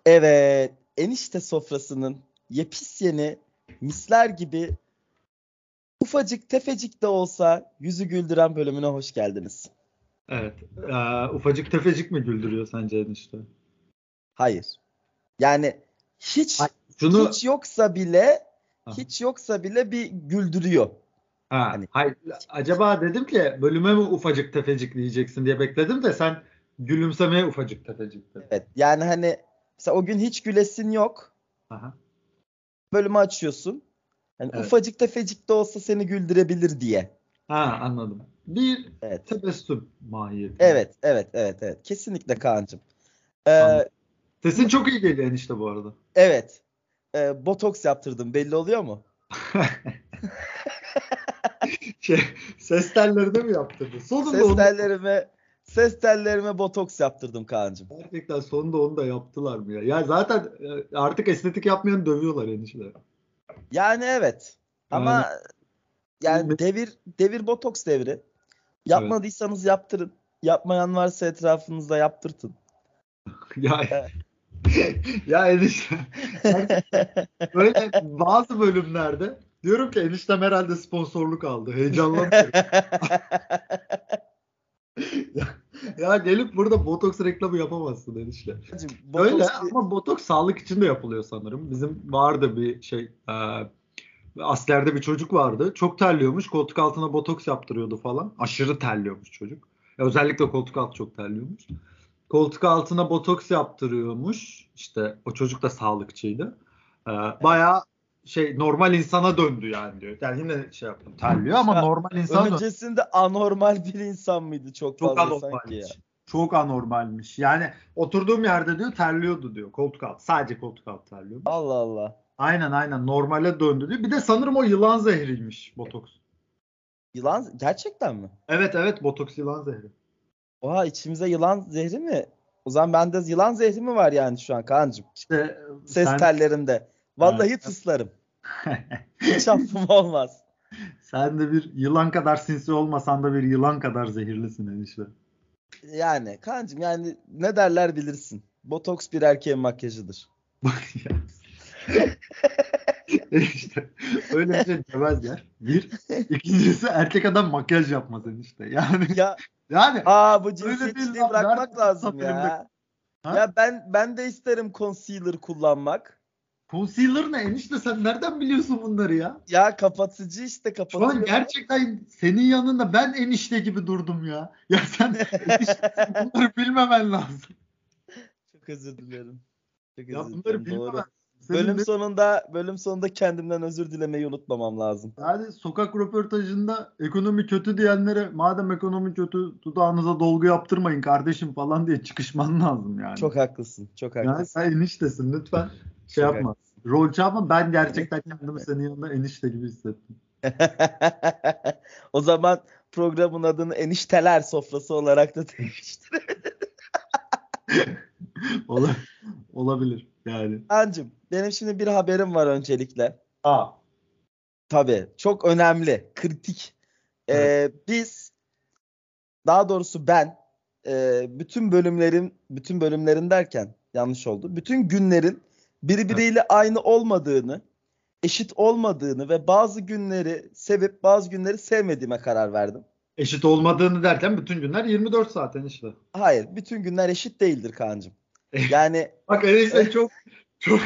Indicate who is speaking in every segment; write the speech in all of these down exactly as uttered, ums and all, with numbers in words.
Speaker 1: Evet, enişte sofrasının yepis yeni, misler gibi ufacık tefecik de olsa yüzü güldüren bölümüne hoş geldiniz.
Speaker 2: Evet. Ee, ufacık tefecik mi güldürüyor sence enişte?
Speaker 1: Hayır. Yani
Speaker 2: Ay,
Speaker 1: hiç
Speaker 2: şunu
Speaker 1: hiç yoksa bile
Speaker 2: Aha.
Speaker 1: hiç yoksa bile bir güldürüyor.
Speaker 2: ha,
Speaker 1: Hani
Speaker 2: hayır, acaba dedim ki bölüme mi ufacık tefecik diyeceksin diye bekledim de sen gülümsemeye ufacık tefecik dedin.
Speaker 1: evet yani hani mesela o gün hiç gülesin yok.
Speaker 2: Aha.
Speaker 1: Bölümü açıyorsun. Hani
Speaker 2: Evet.
Speaker 1: ufacık tefecik de olsa seni güldürebilir diye.
Speaker 2: Ha, anladım. Bir
Speaker 1: Evet.
Speaker 2: tebessüm mahiyetinde.
Speaker 1: Evet, evet, evet, evet. Kesinlikle Kaan'cığım.
Speaker 2: Anladım.
Speaker 1: Ee,
Speaker 2: Sesin çok iyi geliyor enişte bu arada.
Speaker 1: evet. Ee, botoks yaptırdım. Belli oluyor mu?
Speaker 2: Şey, ses tellerine mi yaptırdın? Sonunda
Speaker 1: Ses
Speaker 2: onu da
Speaker 1: tellerime ses tellerime botoks yaptırdım Kaan'cığım.
Speaker 2: gerçekten sonunda onu da yaptılar mı ya? Ya zaten e, artık estetik yapmayanı dövüyorlar enişte.
Speaker 1: Yani evet.
Speaker 2: Yani
Speaker 1: Ama yani devir devir botoks devri.
Speaker 2: evet.
Speaker 1: Yapmadıysanız yaptırın. Yapmayan varsa etrafınızda yaptırtın.
Speaker 2: Ya
Speaker 1: Evet.
Speaker 2: ya enişte gerçekten böyle bazı bölümlerde diyorum ki eniştem herhalde sponsorluk aldı. Heyecanlanıyorum. Ya, ya gelip burada botoks reklamı yapamazsın enişte.
Speaker 1: Kaan'cığım,
Speaker 2: Öyle
Speaker 1: botoks bir
Speaker 2: ama botoks sağlık için de yapılıyor sanırım. Bizim vardı bir şey e, askerde bir çocuk vardı. Çok terliyormuş. Koltuk altına botoks yaptırıyordu falan. Aşırı terliyormuş çocuk. Ya özellikle koltuk altı çok terliyormuş. Koltuk altına botoks yaptırıyormuş. İşte o çocuk da sağlıkçıydı. Ee,
Speaker 1: evet.
Speaker 2: bayağı şey normal insana döndü yani diyor. Yani yine şey yaptım terliyor ama
Speaker 1: Ya,
Speaker 2: normal insana döndü.
Speaker 1: öncesinde anormal bir insan mıydı çok
Speaker 2: Çok
Speaker 1: fazla sanki ya.
Speaker 2: anormalmiş. Çok anormalmiş. Yani oturduğum yerde diyor terliyordu diyor. Koltuk altı. Sadece koltuk altı terliyormuş.
Speaker 1: Allah Allah.
Speaker 2: Aynen aynen normale döndü diyor. Bir de sanırım o yılan zehriymiş botoks.
Speaker 1: Yılan gerçekten mi?
Speaker 2: Evet evet botoks yılan zehri.
Speaker 1: Oha, içimize yılan zehri mi? O zaman bende yılan zehri mi var yani şu an Kaan'cığım?
Speaker 2: İşte
Speaker 1: Ses
Speaker 2: sen
Speaker 1: tellerimde. Vallahi tıslarım. Hiç affım olmaz.
Speaker 2: sen de bir yılan kadar sinsi olmasan da bir yılan kadar zehirlisin enişte.
Speaker 1: Yani Kaan'cığım, yani ne derler bilirsin. Botoks bir erkeğin makyajıdır.
Speaker 2: Ya, işte öyle bir şey demezler. Bir. İkincisi erkek adam makyaj yapmaz enişte. Yani
Speaker 1: Ya
Speaker 2: yani
Speaker 1: aa bu
Speaker 2: öyle değil
Speaker 1: cinsiyetçiliği
Speaker 2: lan. Nerede
Speaker 1: bırakmak lazım
Speaker 2: haberimde?
Speaker 1: ya.
Speaker 2: Ha?
Speaker 1: Ya ben ben de isterim concealer kullanmak.
Speaker 2: Concealer ne enişte sen nereden biliyorsun bunları ya?
Speaker 1: Ya kapatıcı işte,
Speaker 2: Şu an
Speaker 1: kapatıyor.
Speaker 2: gerçekten senin yanında ben enişte gibi durdum ya. Ya sen eniştesin bunları bilmemen lazım.
Speaker 1: Çok özür dilerim. Çok
Speaker 2: Ya
Speaker 1: özür
Speaker 2: bunları
Speaker 1: dilerim.
Speaker 2: bilmemen.
Speaker 1: Doğru.
Speaker 2: Senin
Speaker 1: Bölüm
Speaker 2: ne
Speaker 1: sonunda bölüm sonunda kendimden özür dilemeyi unutmamam lazım.
Speaker 2: yani sokak röportajında ekonomi kötü diyenlere madem ekonomi kötü dudağınıza dolgu yaptırmayın kardeşim falan diye çıkışman lazım yani.
Speaker 1: Çok haklısın. Çok
Speaker 2: Yani
Speaker 1: haklısın.
Speaker 2: sen eniştesin lütfen şey
Speaker 1: Çok
Speaker 2: yapma.
Speaker 1: haklısın.
Speaker 2: Rol çalma ben gerçekten kendimi senin yanında enişte gibi hissettim.
Speaker 1: O zaman programın adını Enişteler Sofrası olarak da değiştirelim.
Speaker 2: Ola- Olabilir yani.
Speaker 1: Kancım, benim şimdi bir haberim var öncelikle.
Speaker 2: Aa,
Speaker 1: Tabii çok önemli, kritik.
Speaker 2: evet.
Speaker 1: Ee, biz, daha doğrusu ben, e, bütün bölümlerin, bütün bölümlerin derken yanlış oldu. Bütün günlerin
Speaker 2: Evet.
Speaker 1: birbiriyle aynı olmadığını, eşit olmadığını ve bazı günleri sevip bazı günleri sevmediğime karar verdim.
Speaker 2: Eşit olmadığını derken bütün günler yirmi dört saat enişte.
Speaker 1: Hayır, bütün günler eşit değildir Kaan'cığım. Yani
Speaker 2: Bak enişte çok çok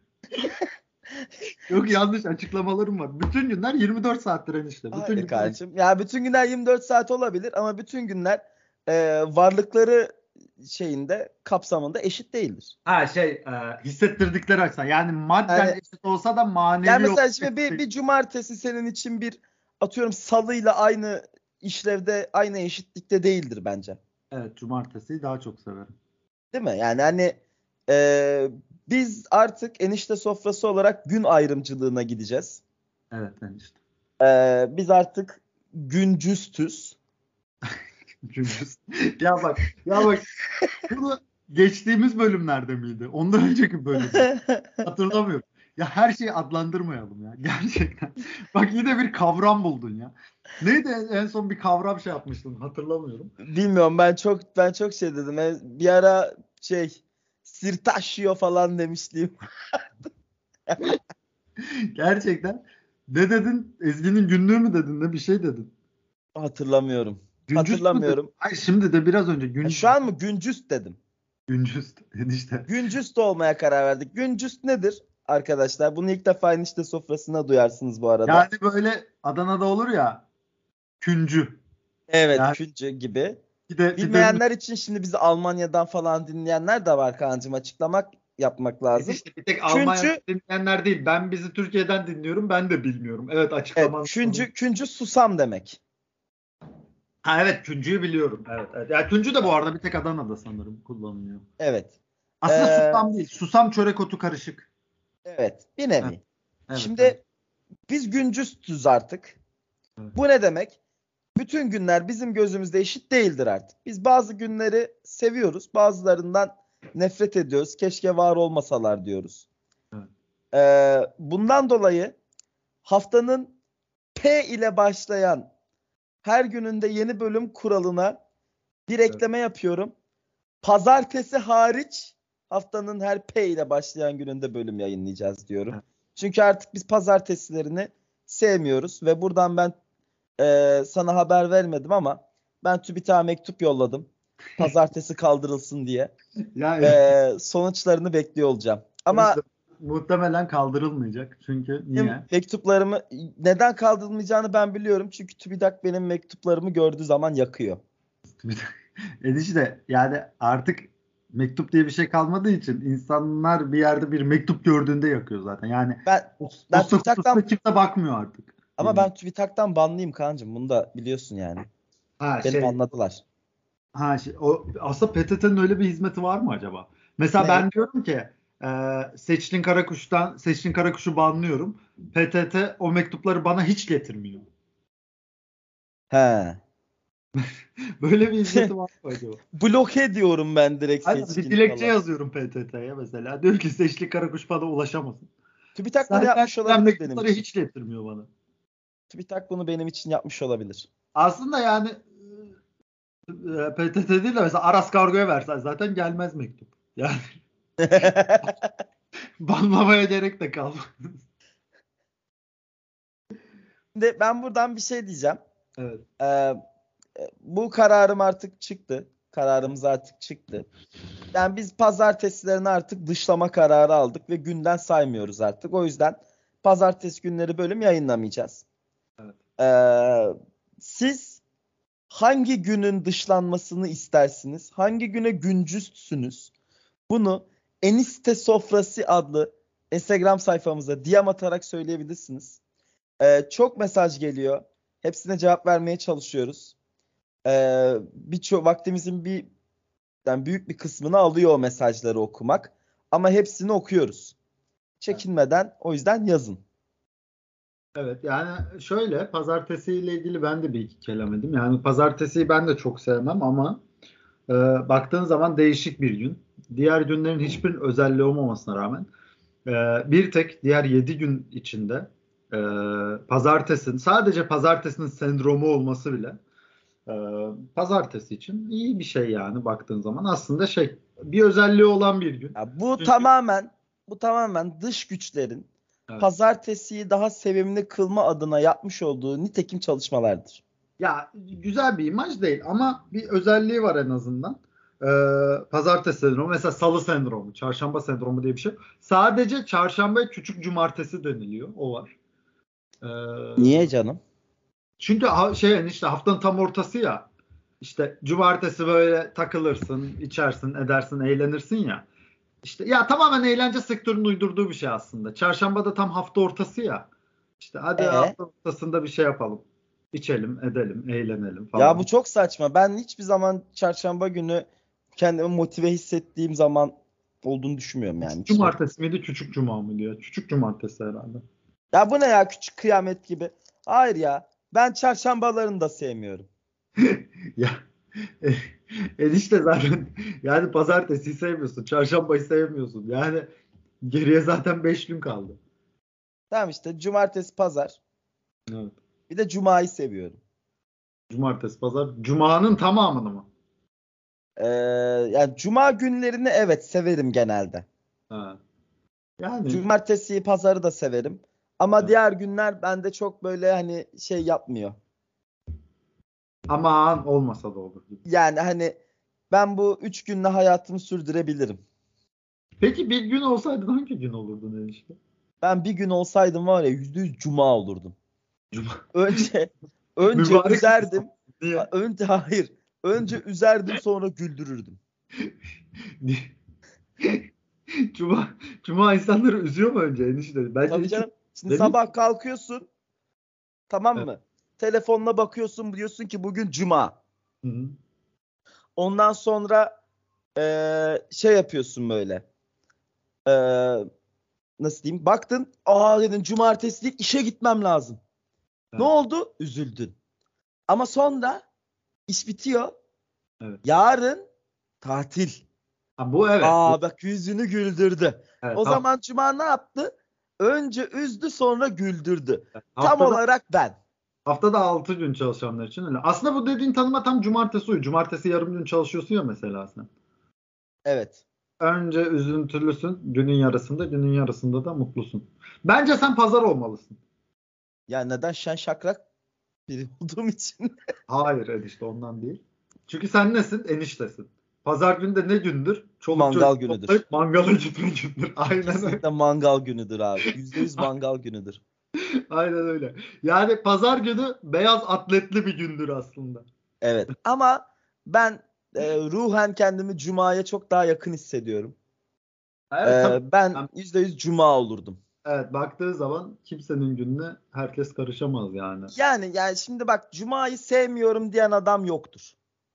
Speaker 2: çok yanlış açıklamalarım var. Bütün günler yirmi dört saattir enişte. Bütün
Speaker 1: hayır
Speaker 2: günler
Speaker 1: Kaan'cığım. Ya bütün günler yirmi dört saat olabilir ama bütün günler e, varlıkları şeyinde, kapsamında eşit değildir.
Speaker 2: ha şey e, hissettirdikleri açısından. Yani madden
Speaker 1: Yani
Speaker 2: eşit olsa da
Speaker 1: yani
Speaker 2: manevi
Speaker 1: mesela
Speaker 2: olarak
Speaker 1: şimdi
Speaker 2: eşit
Speaker 1: bir,
Speaker 2: değil.
Speaker 1: bir cumartesi senin için bir, atıyorum, salıyla aynı işlevde, aynı eşitlikte değildir bence.
Speaker 2: Evet, cumartesiyi daha çok severim.
Speaker 1: Değil mi? Yani hani e, biz artık enişte sofrası olarak gün ayrımcılığına gideceğiz.
Speaker 2: Evet enişte.
Speaker 1: E, biz artık güncüstüz.
Speaker 2: Gündüz. Ya bak, ya bak bunu geçtiğimiz bölümlerde miydi? Ondan önceki bölüm mü? Hatırlamıyorum. Ya her şeyi adlandırmayalım ya. Gerçekten. Bak yine bir kavram buldun ya. Neydi en en son bir kavram şey yapmıştın hatırlamıyorum.
Speaker 1: Bilmiyorum, ben çok ben çok şey dedim. E, Bir ara şey Sirtaşıyor falan demişliğim.
Speaker 2: Gerçekten. Ne dedin? Ezgi'nin günlüğü mü dedin? Ne bir şey dedin?
Speaker 1: Hatırlamıyorum.
Speaker 2: Güncüz mü dedin?
Speaker 1: Hatırlamıyorum.
Speaker 2: Hayır, şimdi de biraz önce
Speaker 1: E,
Speaker 2: gün
Speaker 1: şu an mı güncüst dedim.
Speaker 2: güncüz enişte.
Speaker 1: Güncüst olmaya karar verdik. Güncüst nedir arkadaşlar? Bunu ilk defa enişte sofrasında duyarsınız bu arada.
Speaker 2: Yani böyle Adana'da olur ya, küncü.
Speaker 1: Evet,
Speaker 2: Yani
Speaker 1: küncü gibi.
Speaker 2: pide, pidenin
Speaker 1: Bilmeyenler için şimdi bizi Almanya'dan falan dinleyenler de var Kaan'cığım. Açıklamak yapmak lazım.
Speaker 2: enişte bir tek Almanya'dan
Speaker 1: Küncü,
Speaker 2: dinleyenler değil. Ben bizi Türkiye'den dinliyorum. Ben de bilmiyorum. Evet,
Speaker 1: evet,
Speaker 2: açıklaman lazım.
Speaker 1: küncü, küncü susam demek.
Speaker 2: Ha, evet, küncüyü biliyorum. Evet, evet. Yani küncü de bu arada bir tek Adana'da sanırım kullanılıyor.
Speaker 1: Evet.
Speaker 2: Aslında
Speaker 1: Ee,
Speaker 2: susam değil. Susam çörek otu karışık.
Speaker 1: evet, bir
Speaker 2: Evet,
Speaker 1: nevi.
Speaker 2: evet, evet.
Speaker 1: Şimdi biz güncüstüz artık.
Speaker 2: Evet.
Speaker 1: Bu ne demek? Bütün günler bizim gözümüzde eşit değildir artık. Biz bazı günleri seviyoruz, bazılarından nefret ediyoruz. Keşke var olmasalar diyoruz.
Speaker 2: Evet.
Speaker 1: Ee, bundan dolayı haftanın P ile başlayan her gününde yeni bölüm kuralına bir
Speaker 2: Evet.
Speaker 1: ekleme yapıyorum. Pazartesi hariç haftanın her P ile başlayan gününde bölüm yayınlayacağız diyorum.
Speaker 2: Evet.
Speaker 1: Çünkü artık biz pazartesilerini sevmiyoruz ve buradan ben e, sana haber vermedim ama ben TÜBİTAK'a mektup yolladım. Pazartesi kaldırılsın diye.
Speaker 2: Yani
Speaker 1: E, sonuçlarını bekliyor olacağım. Ama
Speaker 2: işte muhtemelen kaldırılmayacak. Çünkü
Speaker 1: benim
Speaker 2: niye?
Speaker 1: mektuplarımı neden kaldırılmayacağını ben biliyorum. Çünkü TÜBİTAK benim mektuplarımı gördüğü zaman yakıyor.
Speaker 2: Enişte yani artık mektup diye bir şey kalmadığı için insanlar bir yerde bir mektup gördüğünde yakıyor zaten. Yani
Speaker 1: Ben ben
Speaker 2: posta kutusuna
Speaker 1: TÜBİTAK'tan
Speaker 2: kimse bakmıyor artık.
Speaker 1: ama ben TÜBİTAK'tan banlıyım Kaan'cığım. Bunu da biliyorsun yani.
Speaker 2: Ha
Speaker 1: Beni
Speaker 2: şey
Speaker 1: banladılar.
Speaker 2: ha şey o aslında P T T'nin öyle bir hizmeti var mı acaba? Mesela
Speaker 1: Ne?
Speaker 2: ben diyorum ki e, Seçkin Karakuş'tan Seçkin Karakuş'u banlıyorum. P T T o mektupları bana hiç getirmiyor.
Speaker 1: He.
Speaker 2: Böyle bir hizmeti var mı acaba?
Speaker 1: Bloke ediyorum ben direkt
Speaker 2: Aynen, bir
Speaker 1: seçkini
Speaker 2: dilekçe
Speaker 1: falan.
Speaker 2: yazıyorum P T T'ye mesela. Diyorum ki Seçkin Karakuş bana ulaşamasın.
Speaker 1: TÜBİTAK bunu
Speaker 2: Zaten
Speaker 1: yapmış
Speaker 2: gelen
Speaker 1: olabilir benim
Speaker 2: mektupları
Speaker 1: için.
Speaker 2: hiç getirmiyor bana.
Speaker 1: TÜBİTAK bunu benim için yapmış olabilir.
Speaker 2: Aslında yani e, P T T değil de mesela Aras Kargo'ya versen zaten gelmez mektup. Yani banlamaya gerek de kalmaz.
Speaker 1: Şimdi ben buradan bir şey diyeceğim.
Speaker 2: Evet.
Speaker 1: Ee, bu kararım artık çıktı. Kararımız artık çıktı. Yani biz pazartesilerini artık dışlama kararı aldık ve günden saymıyoruz artık. O yüzden pazartesi günleri bölüm yayınlamayacağız.
Speaker 2: Evet.
Speaker 1: Ee, siz hangi günün dışlanmasını istersiniz? Hangi güne güncüstsünüz? Bunu Eniste Sofrası adlı Instagram sayfamıza D M atarak söyleyebilirsiniz. Ee, çok mesaj geliyor. Hepsine cevap vermeye çalışıyoruz. Ee, birçok vaktimizin bir yani büyük bir kısmını alıyor o mesajları okumak. Ama hepsini okuyoruz.
Speaker 2: Evet.
Speaker 1: Çekinmeden o yüzden yazın.
Speaker 2: Evet, yani şöyle pazartesiyle ilgili ben de bir iki kelam edeyim. Yani pazartesiyi ben de çok sevmem ama e, baktığın zaman değişik bir gün. Diğer günlerin hiçbir özelliği olmamasına rağmen e, bir tek diğer yedi gün içinde e, pazartesinin sadece pazartesinin sendromu olması bile e, pazartesi için iyi bir şey yani baktığın zaman. Aslında şey bir özelliği olan bir gün.
Speaker 1: Ya bu
Speaker 2: Çünkü
Speaker 1: tamamen bu tamamen dış güçlerin
Speaker 2: evet.
Speaker 1: pazartesiyi daha sevimli kılma adına yapmış olduğu nitekim çalışmalardır.
Speaker 2: Ya güzel bir imaj değil ama bir özelliği var en azından. Ee, pazartesi sendromu, mesela salı sendromu, çarşamba sendromu diye bir şey. Sadece çarşamba küçük cumartesi deniliyor. O var. Ee,
Speaker 1: Niye canım?
Speaker 2: çünkü ha- şey işte haftanın tam ortası ya. İşte cumartesi böyle takılırsın, içersin, edersin, eğlenirsin ya. İşte ya tamamen eğlence sektörünün uydurduğu bir şey aslında. Çarşamba da tam hafta ortası ya. İşte hadi
Speaker 1: E
Speaker 2: hafta ortasında bir şey yapalım. İçelim, edelim, eğlenelim
Speaker 1: ya bu
Speaker 2: falan.
Speaker 1: çok saçma. Ben hiçbir zaman çarşamba günü kendimi motive hissettiğim zaman olduğunu düşünmüyorum yani.
Speaker 2: Küçük
Speaker 1: Hiç o-
Speaker 2: cumartesi miydi, küçük cuma mı diyor. Küçük cumartesi herhalde.
Speaker 1: Ya bu ne ya küçük kıyamet gibi. Hayır ya. Ben çarşambalarını da sevmiyorum.
Speaker 2: Ya e, enişte zaten yani pazartesiyi sevmiyorsun, çarşambayı sevmiyorsun. Yani geriye zaten beş gün kaldı.
Speaker 1: Tamam işte cumartesi, pazar.
Speaker 2: Evet.
Speaker 1: Bir de cumayı seviyorum.
Speaker 2: Cumartesi, pazar. Cuma'nın tamamını mı?
Speaker 1: Ee, Yani cuma günlerini evet severim genelde.
Speaker 2: Ha. Yani
Speaker 1: Cumartesiyi, pazarı da severim. Ama
Speaker 2: evet.
Speaker 1: diğer günler bende çok böyle hani şey yapmıyor.
Speaker 2: Aman olmasa da olur gibi.
Speaker 1: Yani hani ben bu üç günle hayatımı sürdürebilirim.
Speaker 2: Peki bir gün olsaydı hangi gün olurdu enişte?
Speaker 1: Ben bir gün olsaydım var ya yüzde yüz cuma olurdum.
Speaker 2: Cuma.
Speaker 1: Önce önce
Speaker 2: Mübarek bir insan.
Speaker 1: üzerdim.
Speaker 2: Niye?
Speaker 1: Önce hayır. Önce üzerdim sonra güldürürdüm.
Speaker 2: Niye? Cuma, Cuma insanları üzüyor mu önce enişte? Bence
Speaker 1: Tabii
Speaker 2: hiç
Speaker 1: canım. Şimdi
Speaker 2: demin.
Speaker 1: sabah kalkıyorsun, tamam
Speaker 2: Evet.
Speaker 1: mı? Telefonuna bakıyorsun, diyorsun ki bugün cuma.
Speaker 2: Hı hı.
Speaker 1: Ondan sonra eee, şey yapıyorsun böyle. Eee, Nasıl diyeyim? Baktın, aa dedin cumartesi değil, işe gitmem lazım. Ne
Speaker 2: Evet.
Speaker 1: oldu? Üzüldün. Ama sonra iş bitiyor.
Speaker 2: Evet.
Speaker 1: Yarın tatil.
Speaker 2: Ha, bu evet. Bu,
Speaker 1: Aa bak yüzünü güldürdü.
Speaker 2: evet.
Speaker 1: O
Speaker 2: Haft-
Speaker 1: zaman cuma ne yaptı? Önce üzdü sonra güldürdü. Tam
Speaker 2: haftada
Speaker 1: olarak ben.
Speaker 2: haftada altı gün çalışanlar için öyle. Aslında bu dediğin tanıma tam cumartesi uyuyor. Cumartesi yarım gün çalışıyorsun ya mesela sen.
Speaker 1: Evet.
Speaker 2: Önce üzüntülüsün günün yarısında, günün yarısında da mutlusun. Bence sen pazar olmalısın.
Speaker 1: Yani neden şen şakrak biri olduğum için.
Speaker 2: Hayır enişte ondan değil. Çünkü sen nesin? Eniştesin. Pazar günü de ne gündür? Çoluk
Speaker 1: Mangal
Speaker 2: çocuk
Speaker 1: günüdür.
Speaker 2: toplayıp mangala gitme gündür. Aynen öyle.
Speaker 1: Kesinlikle mangal günüdür abi. Yüzde yüz mangal günüdür.
Speaker 2: Aynen öyle. Yani pazar günü beyaz atletli bir gündür aslında.
Speaker 1: Evet. Ama ben e, ruhen kendimi cumaya çok daha yakın hissediyorum.
Speaker 2: Evet tabii.
Speaker 1: E, ben
Speaker 2: Yani,
Speaker 1: yüzde yüz cuma olurdum.
Speaker 2: evet baktığı zaman kimsenin gününe herkes karışamaz yani.
Speaker 1: Yani yani şimdi bak cumayı sevmiyorum diyen adam yoktur.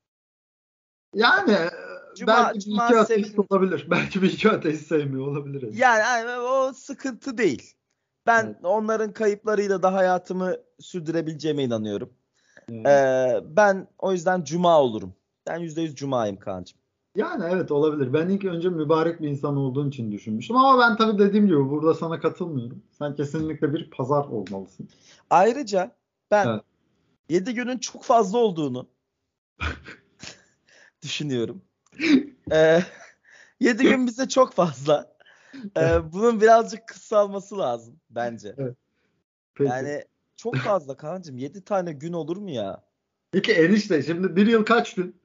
Speaker 2: Yani e,
Speaker 1: Cuma
Speaker 2: belki bir
Speaker 1: cuma
Speaker 2: iki ateist
Speaker 1: sevilir.
Speaker 2: olabilir. Belki bir iki ateist sevmiyor olabilir enişte.
Speaker 1: Yani, yani o sıkıntı değil. Ben
Speaker 2: Evet.
Speaker 1: onların kayıplarıyla da hayatımı sürdürebileceğime inanıyorum.
Speaker 2: Evet.
Speaker 1: Ee, ben o yüzden cuma olurum. Ben yüzde yüz cumayım Kaan'cığım.
Speaker 2: Yani evet olabilir. Ben ilk önce mübarek bir insan olduğun için düşünmüştüm. Ama ben tabii dediğim gibi burada sana katılmıyorum. Sen kesinlikle bir pazar olmalısın.
Speaker 1: Ayrıca ben
Speaker 2: Evet.
Speaker 1: yedi günün çok fazla olduğunu düşünüyorum. Ee, yedi gün bize çok fazla. Ee, bunun birazcık kısalması lazım bence.
Speaker 2: Evet. Peki.
Speaker 1: Yani çok fazla Kaan'cığım. Yedi tane gün olur mu ya?
Speaker 2: Peki enişte şimdi bir yıl kaç gün?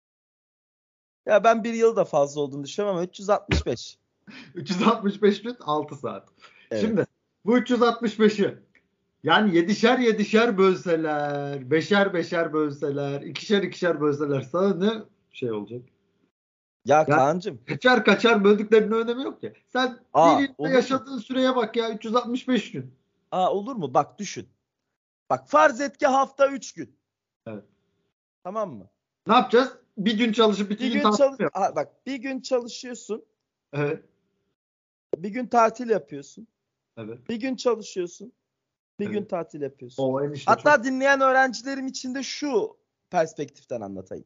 Speaker 1: Ya ben bir yıl da fazla olduğunu düşünüyorum ama üç yüz altmış beş.
Speaker 2: üç yüz altmış beş gün altı saat. Şimdi
Speaker 1: Evet.
Speaker 2: bu üç yüz altmış beşi yani yedişer yedişer bölseler, beşer beşer bölseler, ikişer ikişer bölseler sana ne şey olacak?
Speaker 1: Ya
Speaker 2: Yani
Speaker 1: Kaan'cığım.
Speaker 2: kaçar kaçar böldüklerinin önemi yok ki. Sen bir
Speaker 1: Aa
Speaker 2: yılda
Speaker 1: olur mu?
Speaker 2: yaşadığın süreye bak ya üç yüz altmış beş gün.
Speaker 1: Aa olur mu? Bak düşün. Bak farz et ki hafta üç gün.
Speaker 2: Evet.
Speaker 1: Tamam mı?
Speaker 2: Ne yapacağız? Bir gün çalışıp
Speaker 1: Bir
Speaker 2: iki gün
Speaker 1: gün
Speaker 2: tatil
Speaker 1: çalış
Speaker 2: mi
Speaker 1: Aa,
Speaker 2: yapacağız?
Speaker 1: bak bir gün çalışıyorsun.
Speaker 2: Evet.
Speaker 1: Bir gün tatil yapıyorsun.
Speaker 2: Evet.
Speaker 1: Bir gün çalışıyorsun. Bir gün
Speaker 2: Evet.
Speaker 1: tatil yapıyorsun.
Speaker 2: O enişte çok.
Speaker 1: Hatta dinleyen öğrencilerim için de şu perspektiften anlatayım.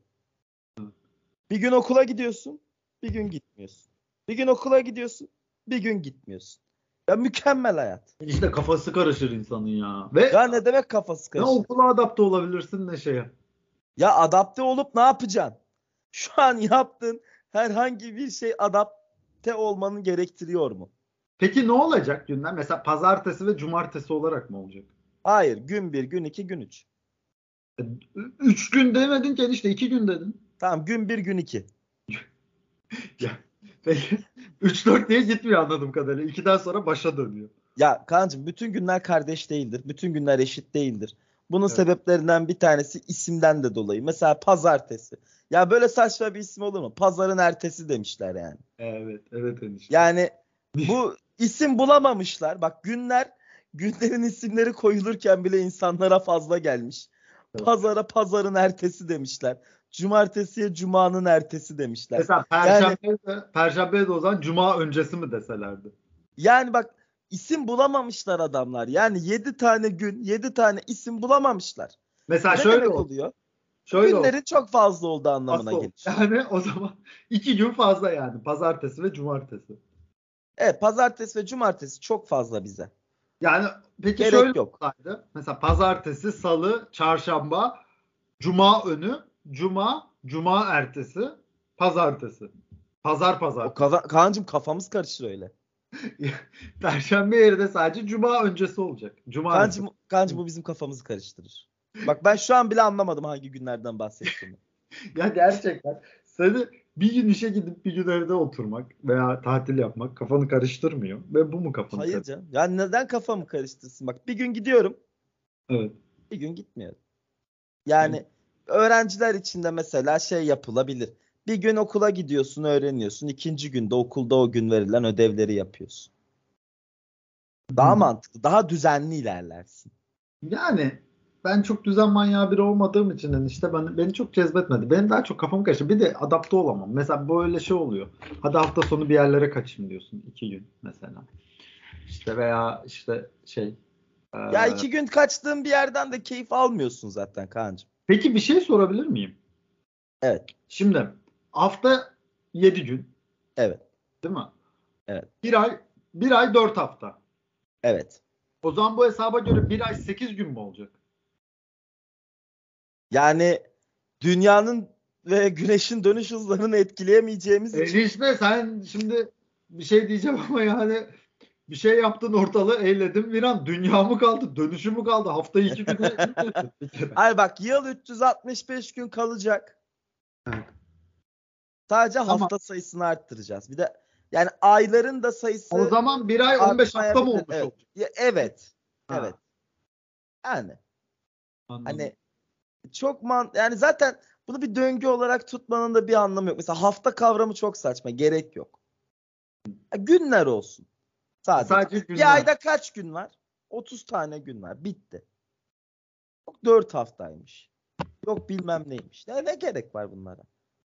Speaker 1: Bir gün okula gidiyorsun. Bir gün gitmiyorsun. Bir gün okula gidiyorsun. Bir gün gitmiyorsun. Ya mükemmel hayat.
Speaker 2: İşte kafası karışır insanın ya. Ve
Speaker 1: Ya ne demek kafası
Speaker 2: ne
Speaker 1: karışır?
Speaker 2: okula adapte olabilirsin ne şeye.
Speaker 1: Ya adapte olup ne yapacaksın? Şu an yaptığın herhangi bir şey adapte olmanı gerektiriyor mu?
Speaker 2: Peki ne olacak günler? Mesela pazartesi ve cumartesi olarak mı olacak?
Speaker 1: Hayır. Gün bir, gün iki, gün üç.
Speaker 2: E, Üç gün demedin ki enişte iki gün dedin.
Speaker 1: Tamam gün bir, gün iki.
Speaker 2: Ya, peki üç dört diye gitmiyor anladığım kadarıyla. ikiden sonra başa dönüyor.
Speaker 1: Ya Kaan'cığım bütün günler kardeş değildir. Bütün günler eşit değildir. Bunun
Speaker 2: Evet.
Speaker 1: sebeplerinden bir tanesi isimden de dolayı. Mesela pazartesi. Ya böyle saçma bir isim olur mu? Pazarın ertesi demişler yani.
Speaker 2: Evet, evet enişte.
Speaker 1: Yani bu isim bulamamışlar. Bak günler, günlerin isimleri koyulurken bile insanlara fazla gelmiş.
Speaker 2: Evet.
Speaker 1: Pazara pazarın ertesi demişler. Cumartesiye cumanın ertesi demişler.
Speaker 2: Mesela
Speaker 1: Yani
Speaker 2: Perşembe de, Perşembe de o zaman Cuma öncesi mi deselerdi?
Speaker 1: yani bak isim bulamamışlar adamlar. Yani yedi tane gün, yedi tane isim bulamamışlar.
Speaker 2: Mesela
Speaker 1: Bu ne
Speaker 2: şöyle
Speaker 1: demek
Speaker 2: oldu.
Speaker 1: oluyor?
Speaker 2: Şöyle oldu.
Speaker 1: Günlerin çok fazla olduğu anlamına
Speaker 2: Aslı oldu.
Speaker 1: gelir.
Speaker 2: Yani o zaman iki gün fazla yani. Pazartesi ve cumartesi.
Speaker 1: Evet, pazartesi ve cumartesi çok fazla bize.
Speaker 2: Yani peki şöyle
Speaker 1: Gerek yok.
Speaker 2: olsaydı. Mesela pazartesi, salı, çarşamba, cuma önü, cuma, cuma ertesi. pazartesi. Pazar
Speaker 1: O
Speaker 2: pazar.
Speaker 1: kafa, Kaan'cığım kafamız karışır öyle.
Speaker 2: Perşembe yeri de sadece cuma öncesi olacak. Cuma ertesi.
Speaker 1: Kaan'cığım, Kaan'cığım bu bizim kafamızı karıştırır. Bak ben şu an bile anlamadım hangi günlerden bahsettiğini.
Speaker 2: Ya gerçekten seni bir gün işe gidip bir gün evde oturmak veya tatil yapmak kafanı karıştırmıyor. Ve bu mu kafanı
Speaker 1: Hayır
Speaker 2: karıştırıyor?
Speaker 1: canım. Yani neden kafamı karıştırsın? Bak bir gün gidiyorum,
Speaker 2: Evet.
Speaker 1: bir gün gitmiyorum. Yani öğrenciler için de mesela şey yapılabilir. Bir gün okula gidiyorsun, öğreniyorsun. İkinci günde okulda o gün verilen ödevleri yapıyorsun. Daha
Speaker 2: Hmm.
Speaker 1: mantıklı, daha düzenli ilerlersin.
Speaker 2: Yani ben çok düzen manyağı biri olmadığım için işte ben, beni çok cezbetmedi. Benim daha çok kafamı karıştı. Bir de adapte olamam. Mesela böyle şey oluyor. Hadi hafta sonu bir yerlere kaçayım diyorsun. iki gün mesela. İşte veya işte şey. e,
Speaker 1: Ya iki gün kaçtığın bir yerden de keyif almıyorsun zaten Kaan'cığım.
Speaker 2: Peki bir şey sorabilir miyim?
Speaker 1: Evet,
Speaker 2: Şimdi hafta yedi gün
Speaker 1: evet,
Speaker 2: değil mi?
Speaker 1: evet,
Speaker 2: Bir ay bir ay dört hafta.
Speaker 1: evet.
Speaker 2: O zaman bu hesaba göre bir ay sekiz gün mü olacak?
Speaker 1: Yani dünyanın ve güneşin dönüş hızlarını etkileyemeyeceğimiz için
Speaker 2: Enişte sen şimdi bir şey diyeceğim ama yani bir şey yaptın ortalığı eyledin bir an. Dünya mı kaldı? Dönüşü mü kaldı? Haftayı iki güne indirsin bir kere.
Speaker 1: hayır bak yıl üç yüz altmış beş gün kalacak.
Speaker 2: Evet.
Speaker 1: Sadece
Speaker 2: Tamam.
Speaker 1: hafta sayısını arttıracağız. Bir de yani ayların da
Speaker 2: O
Speaker 1: sayısı
Speaker 2: zaman bir ay on beş hafta mı
Speaker 1: artmayabilir.
Speaker 2: olmuş
Speaker 1: Evet.
Speaker 2: olacak?
Speaker 1: Ya, evet. Evet.
Speaker 2: Ha,
Speaker 1: Yani
Speaker 2: anladım.
Speaker 1: hani çok man yani zaten bunu bir döngü olarak tutmanın da bir anlamı yok. Mesela hafta kavramı çok saçma. Gerek yok. Ya, günler olsun sadece.
Speaker 2: Sadece
Speaker 1: Bir
Speaker 2: günler.
Speaker 1: ayda kaç gün var? otuz tane gün var. Bitti. Yok dört haftaymış. Yok bilmem neymiş. Ne, ne gerek var bunlara?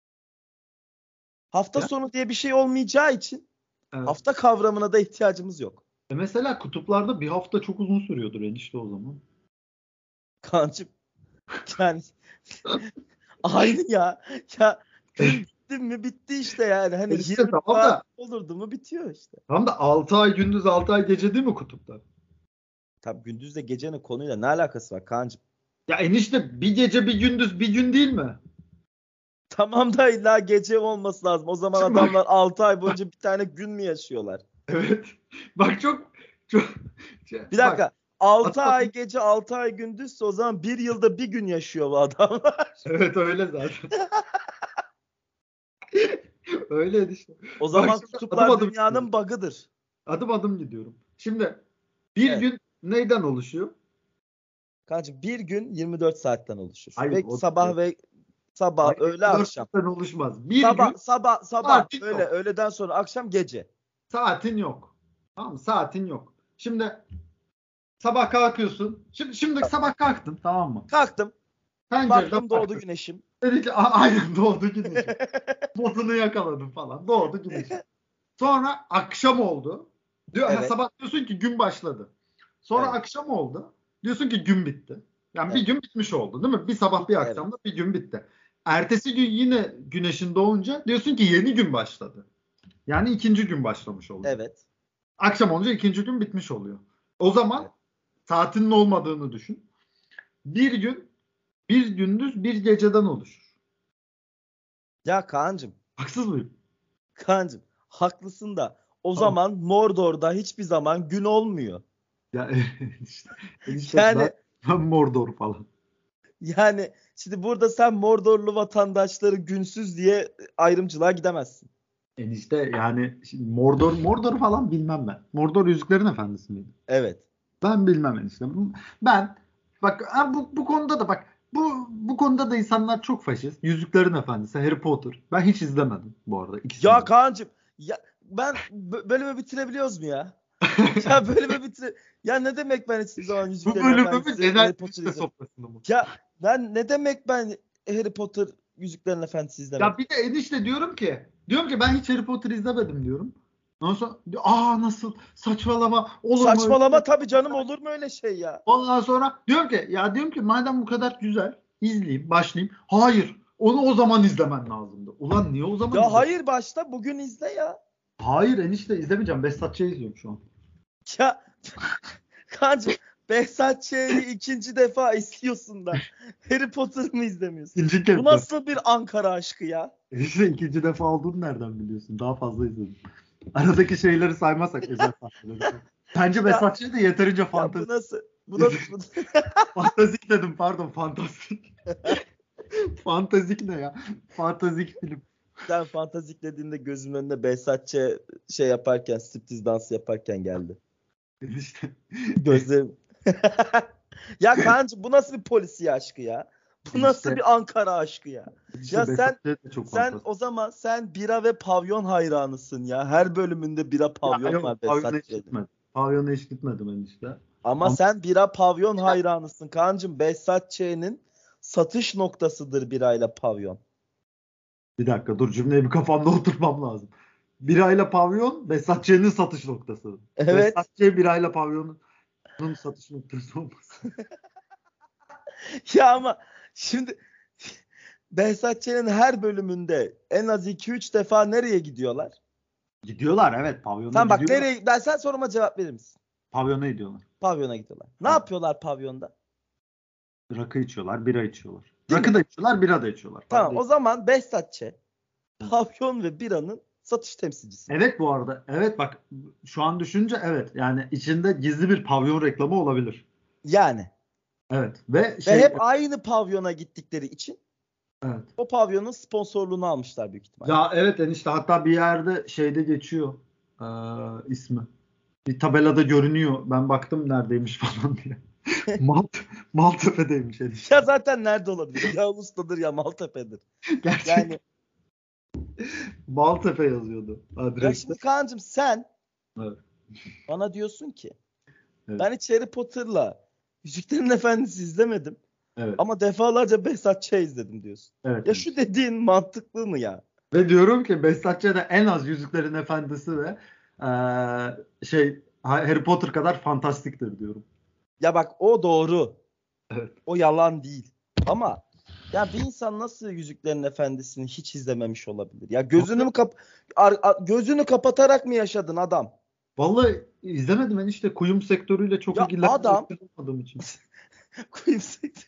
Speaker 1: Hafta
Speaker 2: Ya,
Speaker 1: sonu diye bir şey olmayacağı için
Speaker 2: evet.
Speaker 1: hafta kavramına da ihtiyacımız yok.
Speaker 2: E mesela kutuplarda bir hafta çok uzun sürüyordur enişte o zaman.
Speaker 1: Kancım yani aynı ya. Ya gün bitti mi bitti işte yani. Hani
Speaker 2: Enişte
Speaker 1: yirmi
Speaker 2: tamam
Speaker 1: saat
Speaker 2: da
Speaker 1: olurdu mu bitiyor işte.
Speaker 2: tam da altı ay gündüz altı ay gece değil mi kutupta?
Speaker 1: Tabii gündüzle gecenin konuyla ne alakası var Kaan'cığım?
Speaker 2: Ya enişte bir gece bir gündüz bir gün değil mi?
Speaker 1: Tamam da illa gece olması lazım. O zaman
Speaker 2: Şimdi bak
Speaker 1: adamlar altı ay boyunca bir tane gün mü yaşıyorlar?
Speaker 2: evet. Bak çok çok
Speaker 1: Bir
Speaker 2: bak
Speaker 1: dakika. altı
Speaker 2: adım
Speaker 1: ay
Speaker 2: adım
Speaker 1: gece altı ay gündüzse o zaman bir yılda bir gün yaşıyor bu adamlar.
Speaker 2: evet öyle zaten. Öyle enişte.
Speaker 1: O
Speaker 2: Bak
Speaker 1: zaman
Speaker 2: şimdi adım
Speaker 1: kutuplar
Speaker 2: adım gidiyorum.
Speaker 1: dünyanın bug'ıdır.
Speaker 2: Adım adım gidiyorum. Şimdi bir
Speaker 1: Evet.
Speaker 2: gün neyden oluşuyor?
Speaker 1: Kaan'cığım bir gün yirmi dört saatten oluşur.
Speaker 2: Hayır
Speaker 1: Ve
Speaker 2: o
Speaker 1: sabah ve sabah,
Speaker 2: hayır
Speaker 1: öğle,
Speaker 2: yirmi dört
Speaker 1: akşam.
Speaker 2: saatten oluşmaz. Bir
Speaker 1: Sabah,
Speaker 2: gün
Speaker 1: sabah, sabah,
Speaker 2: saatin
Speaker 1: öğle,
Speaker 2: yok.
Speaker 1: öğleden sonra akşam, gece.
Speaker 2: Saatin yok. Tamam mı? Saatin yok. Şimdi sabah kalkıyorsun. Şimdi şimdi sabah kalktın tamam mı?
Speaker 1: Kalktım.
Speaker 2: Pencereden
Speaker 1: Baktım doğdu
Speaker 2: baktın.
Speaker 1: güneşim.
Speaker 2: Dedi ki "A- aynen doğdu güneşim. Botunu yakaladım falan. Doğdu güneşim. Sonra akşam oldu. Diyor, ha,
Speaker 1: Evet,
Speaker 2: sabah diyorsun ki gün başladı. Sonra
Speaker 1: evet,
Speaker 2: akşam oldu. Diyorsun ki gün bitti. Yani bir
Speaker 1: evet.
Speaker 2: gün bitmiş oldu değil mi? Bir sabah bir
Speaker 1: Bitti, evet,
Speaker 2: akşam da bir gün bitti. Ertesi gün yine güneşin doğunca diyorsun ki yeni gün başladı. Yani ikinci gün başlamış oluyor.
Speaker 1: evet,
Speaker 2: Akşam olunca ikinci gün bitmiş oluyor. O
Speaker 1: evet.
Speaker 2: zaman saatinin olmadığını düşün. Bir gün, bir gündüz, bir geceden oluşur.
Speaker 1: Ya Kaan'cığım,
Speaker 2: Haksız mıyım?
Speaker 1: Kaan'cığım haklısın da o
Speaker 2: Tamam.
Speaker 1: zaman Mordor'da hiçbir zaman gün olmuyor.
Speaker 2: Ya işte, işte ben,
Speaker 1: Yani
Speaker 2: ben Mordor falan.
Speaker 1: yani şimdi burada sen Mordorlu vatandaşları günsüz diye ayrımcılığa gidemezsin.
Speaker 2: Enişte yani şimdi Mordor Mordor falan bilmem ben. Mordor Yüzüklerin Efendisi miydi?
Speaker 1: Evet.
Speaker 2: Ben bilmem enişte. Ben bak ha, bu, bu konuda da bak bu bu konuda da insanlar çok faşist. Yüzüklerin Efendisi, Harry Potter. Ben hiç izlemedim bu arada ikisini
Speaker 1: Ya
Speaker 2: de.
Speaker 1: Kaan'cığım ya ben bö- bölümü bitirebiliyoruz mu ya? Ya bölümü bitir. Ya ne demek ben hiçbir zaman
Speaker 2: Bu
Speaker 1: Yüzüklerin
Speaker 2: bölümümüz
Speaker 1: Efendisi,
Speaker 2: genel
Speaker 1: Harry Potter
Speaker 2: liste
Speaker 1: izlemedim.
Speaker 2: sofrasında mı?
Speaker 1: Ya ben ne demek ben Harry Potter, Yüzüklerin Efendisi
Speaker 2: Ya
Speaker 1: izlemedim?
Speaker 2: bir de enişte diyorum ki diyorum ki ben hiç Harry Potter izlemedim diyorum. Ondan sonra diyor, aa nasıl saçmalama olur mu öyle şey?
Speaker 1: Saçmalama tabii canım, olur mu öyle şey ya?
Speaker 2: Ondan sonra diyorum ki ya diyorum ki madem bu kadar güzel izleyeyim başlayayım. Hayır onu o zaman izlemen lazımdı. Ulan niye o zaman
Speaker 1: Ya
Speaker 2: izle?
Speaker 1: hayır, başta bugün izle ya.
Speaker 2: Hayır enişte izlemeyeceğim. Behzat Ç'yi izliyorum şu an.
Speaker 1: Ya kancım, Behzat Ç'yi ikinci defa izliyorsun da Harry Potter mı izlemiyorsun?
Speaker 2: İkinci kez
Speaker 1: Bu
Speaker 2: de.
Speaker 1: nasıl bir Ankara aşkı ya?
Speaker 2: İşte ikinci defa olduğunu nereden biliyorsun? Daha fazla izledim. Aradaki şeyleri saymazsak özel sahneleri. Bence Behzat Ç. de yeterince
Speaker 1: Ya bu
Speaker 2: fantastik.
Speaker 1: nasıl? Bu nasıl? Bu...
Speaker 2: Fantastik dedim pardon fantastik. Fantastik ne ya? Fantastik film.
Speaker 1: Sen fantastik dediğinde gözümün önüne Behzat Ç. şey yaparken, striptiz dansı yaparken geldi.
Speaker 2: İşte.
Speaker 1: Gözlerim. Ya kancım bu nasıl bir polisiye aşkı ya? Bu nasıl
Speaker 2: İşte-
Speaker 1: bir Ankara aşkı ya?
Speaker 2: İşte
Speaker 1: Ya
Speaker 2: Behzat
Speaker 1: sen
Speaker 2: Ç. de çok
Speaker 1: sen
Speaker 2: fantastik.
Speaker 1: o zaman sen bira ve pavyon hayranısın ya. Her bölümünde bira
Speaker 2: Ya
Speaker 1: pavyon
Speaker 2: yok,
Speaker 1: var
Speaker 2: pavyona
Speaker 1: Behzat
Speaker 2: hiç
Speaker 1: Ç'nin.
Speaker 2: gitmedim. Pavyona hiç gitmedim ben işte.
Speaker 1: Ama
Speaker 2: Ama
Speaker 1: sen bira pavyon hayranısın kancım. Behzat Ç'nin satış noktasıdır birayla pavyon.
Speaker 2: bir dakika dur cümleyi bir kafamda oturtmam lazım. Birayla pavyon Behzat Ç'nin satış noktası.
Speaker 1: Evet.
Speaker 2: Behzat Ç. birayla pavyonun satış noktası olması.
Speaker 1: Ya ama şimdi Behzat Ç'nin her bölümünde en az iki üç defa nereye gidiyorlar?
Speaker 2: Gidiyorlar evet pavyona
Speaker 1: Sen bak
Speaker 2: gidiyorlar.
Speaker 1: nereye ben sen soruma cevap verir misin?
Speaker 2: Pavyona gidiyorlar.
Speaker 1: Pavyona gidiyorlar. Ne
Speaker 2: Evet.
Speaker 1: yapıyorlar pavyonda?
Speaker 2: Rakı içiyorlar, bira içiyorlar.
Speaker 1: Değil
Speaker 2: Rakı
Speaker 1: mi?
Speaker 2: da içiyorlar, bira da içiyorlar.
Speaker 1: Tamam
Speaker 2: Fark
Speaker 1: o
Speaker 2: değil.
Speaker 1: zaman Behzat Ç. pavyon ve biranın satış temsilcisi.
Speaker 2: Evet bu arada. Evet bak şu an düşünce evet. Yani içinde gizli bir pavyon reklamı olabilir.
Speaker 1: Yani
Speaker 2: Evet. Ve
Speaker 1: ve
Speaker 2: şey
Speaker 1: hep aynı pavyona gittikleri için
Speaker 2: evet.
Speaker 1: o pavyonun sponsorluğunu almışlar büyük ihtimalle.
Speaker 2: Ya evet enişte hatta bir yerde şeyde geçiyor ee, ismi. Bir tabelada görünüyor. Ben baktım neredeymiş falan diye. Malt Maltepe'deymiş enişte.
Speaker 1: Ya zaten nerede olabilir? Ya Ulus'tadır ya Maltepe'dir.
Speaker 2: Gerçek
Speaker 1: Yani
Speaker 2: Maltepe yazıyordu
Speaker 1: ya
Speaker 2: adreste.
Speaker 1: şimdi Kaan'cığım sen
Speaker 2: Evet.
Speaker 1: bana diyorsun ki
Speaker 2: Evet.
Speaker 1: ben hiç Harry Potter'la Yüzüklerin Efendisi izlemedim
Speaker 2: Evet.
Speaker 1: ama defalarca Behzat Ç. izledim diyorsun.
Speaker 2: Evet.
Speaker 1: Ya
Speaker 2: enişte.
Speaker 1: şu dediğin mantıklı mı ya?
Speaker 2: Ve diyorum ki Behzat Ç. de en az Yüzüklerin Efendisi ve eee, şey Harry Potter kadar fantastiktir diyorum.
Speaker 1: Ya bak o doğru.
Speaker 2: Evet.
Speaker 1: O yalan değil. Ama ya bir insan nasıl Yüzüklerin Efendisi'ni hiç izlememiş olabilir? Ya gözünü mü kap ar- ar- gözünü kapatarak mı yaşadın adam?
Speaker 2: Vallahi izlemedim ben işte kuyum sektörüyle çok
Speaker 1: Ya adam
Speaker 2: ilgilenmediğim için.
Speaker 1: Queen Six-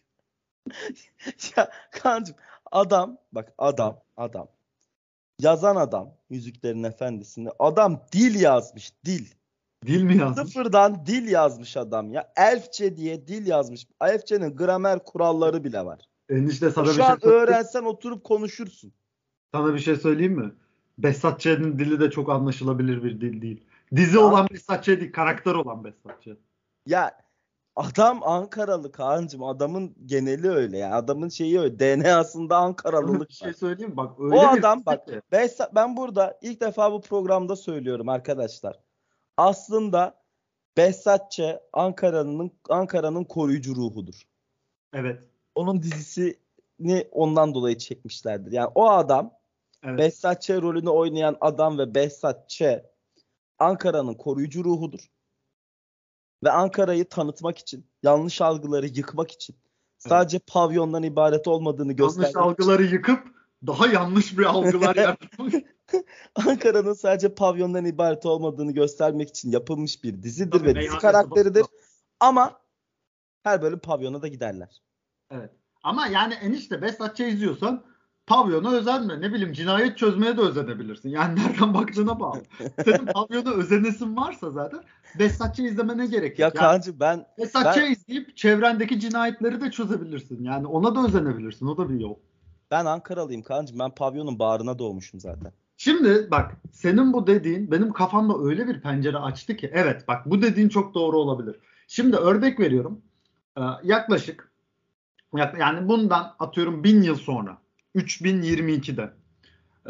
Speaker 1: ya kancım adam bak adam
Speaker 2: Evet.
Speaker 1: adam yazan adam Yüzüklerin Efendisi'ni adam dil yazmış dil.
Speaker 2: Dil mi yazmış?
Speaker 1: Sıfırdan dil yazmış adam ya. Elfçe diye dil yazmış. Elfçenin gramer kuralları bile var.
Speaker 2: Enişte sana bir
Speaker 1: Şu
Speaker 2: şey
Speaker 1: an
Speaker 2: söyleyeyim.
Speaker 1: öğrensen oturup konuşursun.
Speaker 2: Sana bir şey söyleyeyim mi? Behzat Ç'nin dili de çok anlaşılabilir bir dil değil. Dizi
Speaker 1: Ya,
Speaker 2: olan Behzat Ç. değil, karakter olan Behzat Ç.
Speaker 1: ya adam Ankaralı Kaan'cığım. Adamın geneli öyle ya. Adamın şeyi öyle. D N A'sında
Speaker 2: Sana
Speaker 1: Ankaralılık
Speaker 2: bir
Speaker 1: var.
Speaker 2: şey söyleyeyim mi? Bak
Speaker 1: O
Speaker 2: öyle bir
Speaker 1: adam
Speaker 2: dizi
Speaker 1: bak
Speaker 2: ki.
Speaker 1: Behzat- ben burada ilk defa bu programda söylüyorum arkadaşlar. Aslında Behzat Ç. Ankara'nın Ankara'nın koruyucu ruhudur.
Speaker 2: Evet.
Speaker 1: Onun dizisini ondan dolayı çekmişlerdir. Yani o adam
Speaker 2: Evet.
Speaker 1: Behzat Ç. rolünü oynayan adam ve Behzat Ç. Ankara'nın koruyucu ruhudur. Ve Ankara'yı tanıtmak için, yanlış algıları yıkmak için,
Speaker 2: Evet.
Speaker 1: sadece pavyondan ibaret olmadığını
Speaker 2: Yanlış
Speaker 1: göstermek için,
Speaker 2: algıları yıkıp daha yanlış bir algılar yaratmak.
Speaker 1: Ankara'nın sadece pavyondan ibaret olmadığını göstermek için yapılmış bir dizidir
Speaker 2: Tabii
Speaker 1: ve dizi
Speaker 2: meyhanesi
Speaker 1: karakteridir.
Speaker 2: bakıyor.
Speaker 1: Ama her bölüm pavyona da giderler.
Speaker 2: Evet. Ama yani enişte Behzat Ç. izliyorsan pavyona özenme. Ne bileyim cinayet çözmeye de özenebilirsin. Yani nereden baktığına bağlı. Senin pavyona özenesin varsa zaten Behzat Ç. izlemene gerek
Speaker 1: Ya
Speaker 2: yok. Yani
Speaker 1: Kaan'cığım ben
Speaker 2: Behzat Ç.
Speaker 1: ben
Speaker 2: izleyip çevrendeki cinayetleri de çözebilirsin. Yani ona da özenebilirsin. O da bir yol.
Speaker 1: ben Ankaralıyım Kaan'cığım. Ben pavyonun bağrına doğmuşum zaten.
Speaker 2: Şimdi bak senin bu dediğin benim kafamda öyle bir pencere açtı ki evet bak bu dediğin çok doğru olabilir. Şimdi örnek veriyorum. Ee, yaklaşık yak- yani bundan atıyorum bin yıl sonra üç bin yirmi ikide ee,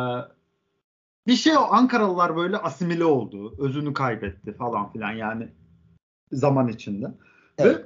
Speaker 2: bir şey o Ankaralılar böyle asimile oldu. Özünü kaybetti falan filan yani zaman içinde.
Speaker 1: Evet.
Speaker 2: Ve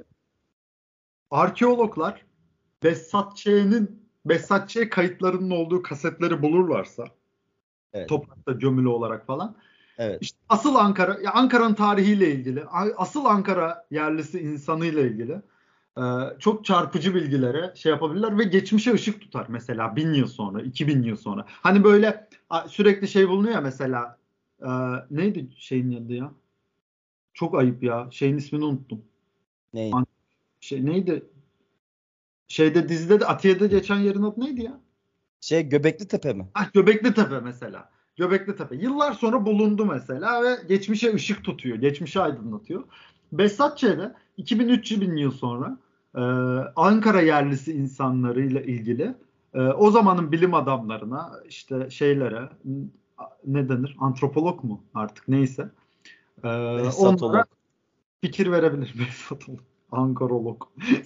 Speaker 2: arkeologlar Behzat Ç'nin Behzat Ç. kayıtlarının olduğu kasetleri bulurlarsa
Speaker 1: Evet.
Speaker 2: toprakta gömülü olarak falan
Speaker 1: Evet.
Speaker 2: İşte asıl Ankara, ya Ankara'nın tarihiyle ilgili, asıl Ankara yerlisi insanıyla ilgili e, çok çarpıcı bilgilere şey yapabilirler ve geçmişe ışık tutar mesela bin yıl sonra, iki bin yıl sonra. Hani böyle sürekli şey bulunuyor ya mesela e, neydi şeyin adı ya? Çok ayıp ya. Şeyin ismini unuttum.
Speaker 1: Neyin?
Speaker 2: Şey neydi? Şeyde dizide de Atiye'de geçen yerin adı neydi ya?
Speaker 1: Şey Göbekli Tepe mi?
Speaker 2: Ah, Göbekli Tepe mesela. Göbekli Tepe. Yıllar sonra bulundu mesela ve geçmişe ışık tutuyor. Geçmişi aydınlatıyor. Behzat Ç'de iki bin üç bin yıl sonra e, Ankara yerlisi insanlarıyla ilgili e, o zamanın bilim adamlarına işte şeylere ne denir? Antropolog mu artık neyse. E, onlara
Speaker 1: Behzatolog.
Speaker 2: fikir verebilir. Behzatolog. Ankarolog.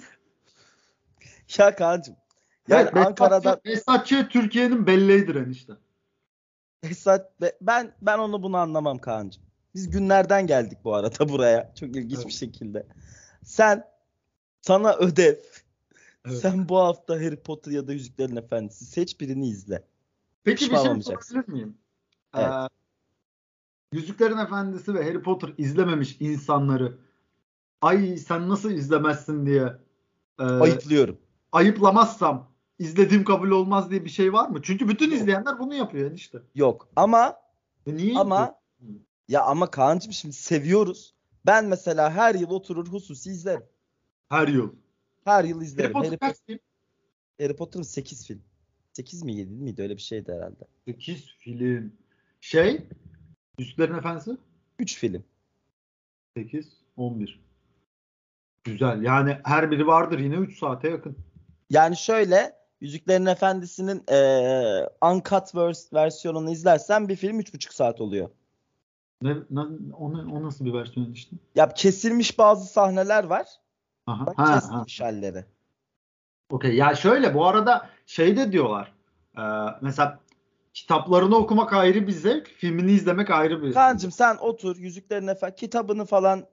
Speaker 1: Ya Kaan'cığım. Yani
Speaker 2: Evet, Behzat Ç,
Speaker 1: Ankara'da
Speaker 2: Behzat Ç Türkiye'nin Bell'iydir enişte.
Speaker 1: Behzat Be- ben ben onu bunu anlamam Kaan'cığım. Biz günlerden geldik bu arada buraya. Çok ilginç bir
Speaker 2: Evet,
Speaker 1: şekilde. Sen sana ödev.
Speaker 2: evet.
Speaker 1: Sen bu hafta Harry Potter ya da Yüzüklerin Efendisi seç birini izle.
Speaker 2: Peki bir
Speaker 1: Pişman
Speaker 2: şey
Speaker 1: olmayacaksın.
Speaker 2: sorabilir miyim? Ee,
Speaker 1: Evet.
Speaker 2: Yüzüklerin Efendisi ve Harry Potter izlememiş insanları ay sen nasıl izlemezsin diye e,
Speaker 1: Ayıplıyorum.
Speaker 2: ayıplamazsam izlediğim kabul olmaz diye bir şey var mı? Çünkü bütün
Speaker 1: Yok.
Speaker 2: izleyenler bunu yapıyor enişte.
Speaker 1: Yok. Ama
Speaker 2: E niye yapıyor?
Speaker 1: ama ya ama Kaan'cığım şimdi seviyoruz. Ben mesela her yıl oturur hususi izlerim.
Speaker 2: Her yıl.
Speaker 1: Her yıl
Speaker 2: Harry
Speaker 1: izlerim.
Speaker 2: Potter
Speaker 1: Harry
Speaker 2: kaç
Speaker 1: Potter,
Speaker 2: film?
Speaker 1: Harry Potter'ın sekiz film. sekiz mi yedi miydi? Öyle bir şeydi herhalde.
Speaker 2: sekiz film. Şey, Yüzüklerin Efendisi
Speaker 1: üç film.
Speaker 2: sekiz, on bir. Güzel. Yani her biri vardır yine üç saate yakın.
Speaker 1: Yani şöyle Yüzüklerin Efendisi'nin eee uncut vers- versiyonunu izlersen bir film üç buçuk saat oluyor.
Speaker 2: Ne, ne, o, o nasıl bir versiyon işte?
Speaker 1: Ya kesilmiş bazı sahneler var.
Speaker 2: Aha.
Speaker 1: Bak
Speaker 2: Ha, ha.
Speaker 1: kesilmiş halleri.
Speaker 2: Okey. Ya şöyle bu arada şey de diyorlar. E, mesela kitaplarını okumak ayrı bir zevk, filmini izlemek ayrı bir zevk.
Speaker 1: Kaan'cığım sen otur Yüzüklerin Efendisi kitabını falan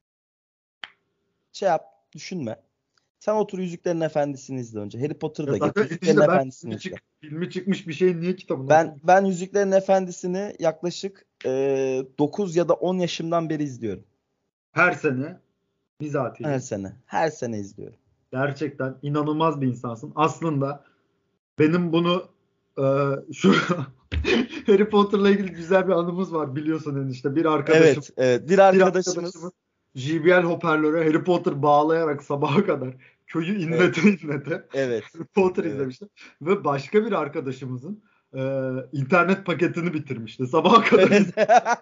Speaker 1: şey yap düşünme. Sen otur Yüzüklerin Efendisi'ni izle önce. Harry Potter'ı
Speaker 2: Ya
Speaker 1: da geç.
Speaker 2: zaten
Speaker 1: Yüzüklerin
Speaker 2: işte ben
Speaker 1: Efendisi'ni
Speaker 2: filmi,
Speaker 1: izle.
Speaker 2: çık, filmi çıkmış bir şeyin niye kitabını
Speaker 1: Ben
Speaker 2: okuyayım?
Speaker 1: ben Yüzüklerin Efendisi'ni yaklaşık eee dokuz ya da on yaşımdan beri izliyorum.
Speaker 2: Her sene
Speaker 1: Her
Speaker 2: bizatihi.
Speaker 1: sene. Her sene izliyorum.
Speaker 2: Gerçekten inanılmaz bir insansın. Aslında benim bunu e, şu Harry Potter'la ilgili güzel bir anımız var biliyorsun enişte. Bir arkadaşım
Speaker 1: Evet, evet. Bir
Speaker 2: bir arkadaşımız
Speaker 1: arkadaşımız
Speaker 2: J B L hoparlöre Harry Potter bağlayarak sabaha kadar köyü
Speaker 1: evet,
Speaker 2: inlete inlete
Speaker 1: evet,
Speaker 2: Harry Potter
Speaker 1: evet.
Speaker 2: izlemişti. Ve başka bir arkadaşımızın e, internet paketini bitirmişti. Sabaha kadar
Speaker 1: Evet.
Speaker 2: iz-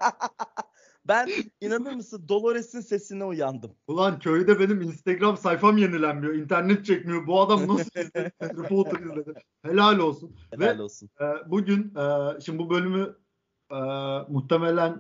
Speaker 1: Ben inanır mısın Dolores'in sesine uyandım.
Speaker 2: Ulan köyde benim Instagram sayfam yenilenmiyor. İnternet çekmiyor. Bu adam nasıl izledi? Harry Potter izledi. Helal olsun.
Speaker 1: Helal
Speaker 2: Ve
Speaker 1: olsun.
Speaker 2: e, bugün e, şimdi bu bölümü e, muhtemelen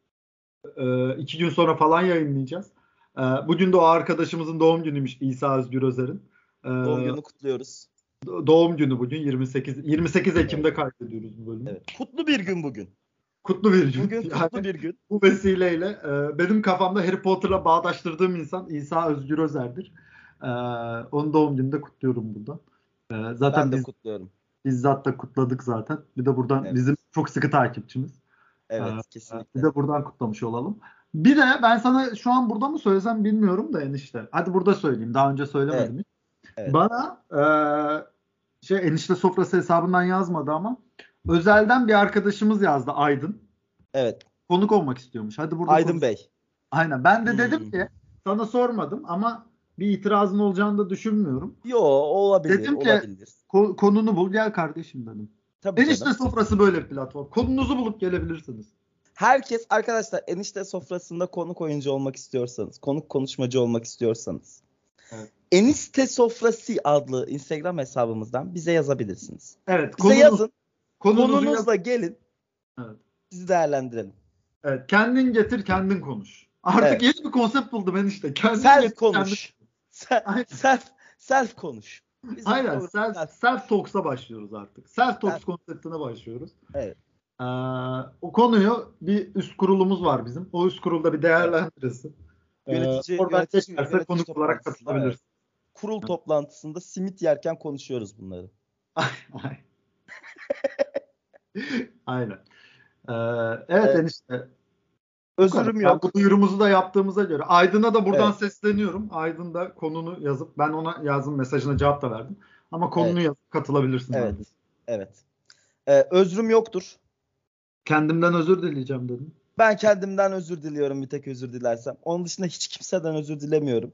Speaker 2: e, iki gün sonra falan yayınlayacağız. E, bugün de o arkadaşımızın doğum günüymüş İsa Özgür Özer'in. E,
Speaker 1: Doğum gününü kutluyoruz.
Speaker 2: doğum günü bugün yirmi sekiz yirmi sekiz
Speaker 1: Evet,
Speaker 2: Ekim'de kaydediyoruz bu bölümü.
Speaker 1: evet. Kutlu bir gün bugün.
Speaker 2: Kutlu bir gün.
Speaker 1: Bugün kutlu
Speaker 2: Yani
Speaker 1: bir gün.
Speaker 2: bu vesileyle e, benim kafamda Harry Potter'la bağdaştırdığım insan İsa Özgür Özer'dir. E, onun doğum gününü de kutluyorum burada. E,
Speaker 1: Ben
Speaker 2: zaten
Speaker 1: de
Speaker 2: biz
Speaker 1: kutluyorum.
Speaker 2: bizzat da kutladık zaten. Bir de buradan
Speaker 1: Evet,
Speaker 2: bizim çok sıkı takipçimiz. E,
Speaker 1: evet,
Speaker 2: bir
Speaker 1: kesinlikle.
Speaker 2: de buradan kutlamış olalım. Bir de ben sana şu an burada mı söylesem bilmiyorum da enişte. Hadi burada söyleyeyim. Daha önce
Speaker 1: Evet,
Speaker 2: söylemedim hiç.
Speaker 1: evet,
Speaker 2: Bana e, şey enişte sofrası hesabından yazmadı ama özelden bir arkadaşımız yazdı Aydın.
Speaker 1: evet.
Speaker 2: Konuk olmak istiyormuş. Hadi burada
Speaker 1: Aydın
Speaker 2: konuş.
Speaker 1: Bey.
Speaker 2: Aynen. Ben de dedim
Speaker 1: Hmm.
Speaker 2: ki sana sormadım ama bir itirazın olacağını da düşünmüyorum.
Speaker 1: Yo, olabilir,
Speaker 2: Dedim ki
Speaker 1: olabilir.
Speaker 2: ko- konunu bul gel kardeşim dedim.
Speaker 1: Tabii
Speaker 2: Enişte
Speaker 1: canım.
Speaker 2: sofrası böyle bir platform. Konunuzu bulup gelebilirsiniz.
Speaker 1: Herkes arkadaşlar enişte sofrasında konuk oyuncu olmak istiyorsanız, konuk konuşmacı olmak istiyorsanız,
Speaker 2: Evet.
Speaker 1: Enişte Sofrası adlı Instagram hesabımızdan bize yazabilirsiniz.
Speaker 2: Evet,
Speaker 1: Bize
Speaker 2: konunuz
Speaker 1: yazın,
Speaker 2: konunuzu yaz.
Speaker 1: konunuzla gelin,
Speaker 2: Evet.
Speaker 1: sizi değerlendirelim.
Speaker 2: Evet, kendin getir, kendin konuş. Artık
Speaker 1: Evet.
Speaker 2: yeni bir konsept buldum enişte. Kendin
Speaker 1: Self
Speaker 2: getir, kendin.
Speaker 1: konuş. Se-
Speaker 2: Aynen.
Speaker 1: self self konuş. Bizim
Speaker 2: Aynen.
Speaker 1: program
Speaker 2: Self,
Speaker 1: self.
Speaker 2: self talks'a başlıyoruz artık. Self
Speaker 1: self.
Speaker 2: talks konseptine başlıyoruz.
Speaker 1: Evet.
Speaker 2: Ee, o konuyu bir üst kurulumuz var bizim. O üst kurulda bir
Speaker 1: Evet.
Speaker 2: değerlendirirsin. Ee,
Speaker 1: Yönetici
Speaker 2: oradan
Speaker 1: yönetici
Speaker 2: geçerse
Speaker 1: yönetici
Speaker 2: konuk olarak
Speaker 1: toplantısında evet.
Speaker 2: katılabilirsin.
Speaker 1: Kurul toplantısında simit yerken konuşuyoruz bunları.
Speaker 2: Aynen. Ee, evet
Speaker 1: Ee,
Speaker 2: enişte. Bu kadar.
Speaker 1: özürüm
Speaker 2: Ya bu
Speaker 1: yok.
Speaker 2: duyurumuzu da yaptığımıza göre. Aydın'a da buradan
Speaker 1: Evet.
Speaker 2: sesleniyorum. Aydın da konunu yazıp ben ona yazdım mesajına cevap da verdim. Ama konunu
Speaker 1: Evet.
Speaker 2: yazıp katılabilirsin
Speaker 1: Evet.
Speaker 2: Aydın.
Speaker 1: Evet. Ee, özrüm yoktur.
Speaker 2: Kendimden özür dileyeceğim dedim.
Speaker 1: Ben kendimden özür diliyorum bir tek özür dilersem. Onun dışında hiç kimseden özür dilemiyorum.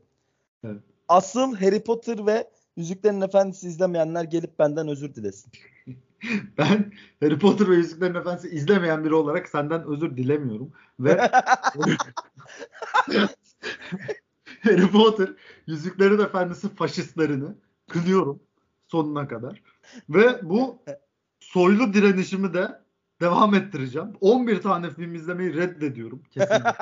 Speaker 2: Evet.
Speaker 1: Asıl Harry Potter ve Yüzüklerin Efendisi izlemeyenler gelip benden özür dilesin.
Speaker 2: Ben Harry Potter ve Yüzüklerin Efendisi izlemeyen biri olarak senden özür dilemiyorum. Ve Harry Potter, Yüzüklerin Efendisi faşistlerini kınıyorum sonuna kadar. Ve bu soylu direnişimi de devam ettireceğim. on bir tane film izlemeyi reddediyorum kesinlikle.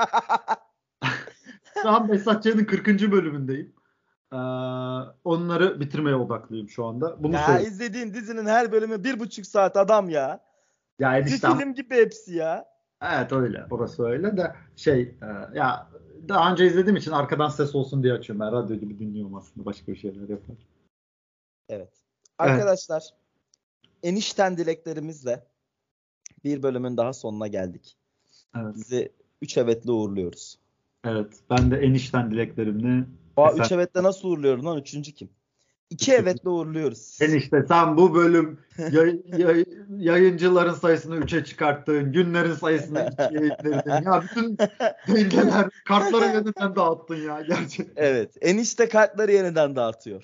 Speaker 2: Şu an Behzat Ç'nin kırkıncı bölümündeyim. Ee, onları bitirmeye odaklıyım şu anda. Bunu
Speaker 1: Ya
Speaker 2: söyleyeyim.
Speaker 1: izlediğin dizinin her bölümü bir buçuk saat adam ya.
Speaker 2: Ya
Speaker 1: Bir
Speaker 2: eniştem,
Speaker 1: film gibi hepsi ya.
Speaker 2: evet öyle. Orası öyle de şey e, ya daha önce izlediğim için arkadan ses olsun diye açıyorum. Ben radyo gibi dinliyorum aslında. Başka bir şeyler yapıyorum.
Speaker 1: Evet.
Speaker 2: Evet.
Speaker 1: Arkadaşlar, enişten dileklerimizle bir bölümün daha sonuna geldik.
Speaker 2: Evet.
Speaker 1: Sizi üç evetle uğurluyoruz.
Speaker 2: Evet. Ben de enişten dileklerimle
Speaker 1: Aa,
Speaker 2: Esen...
Speaker 1: üç evetle nasıl uğurluyorum lan? Üçüncü kim? İki evetle uğurluyoruz.
Speaker 2: Enişte sen bu bölüm yay, yay, yayıncıların sayısını üçe çıkarttın. Günlerin sayısını ikiye indirdin. Ya bütün dengeler, kartları yeniden dağıttın ya gerçekten.
Speaker 1: Evet. Enişte kartları yeniden dağıtıyor.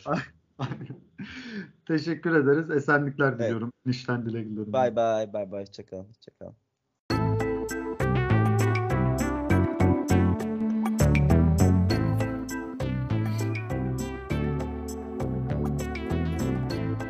Speaker 2: Teşekkür ederiz. Esenlikler
Speaker 1: Evet.
Speaker 2: diliyorum. Enişten dileklerimle.
Speaker 1: Bay bay bay bay. Hoşçakalın. Hoşçakalın.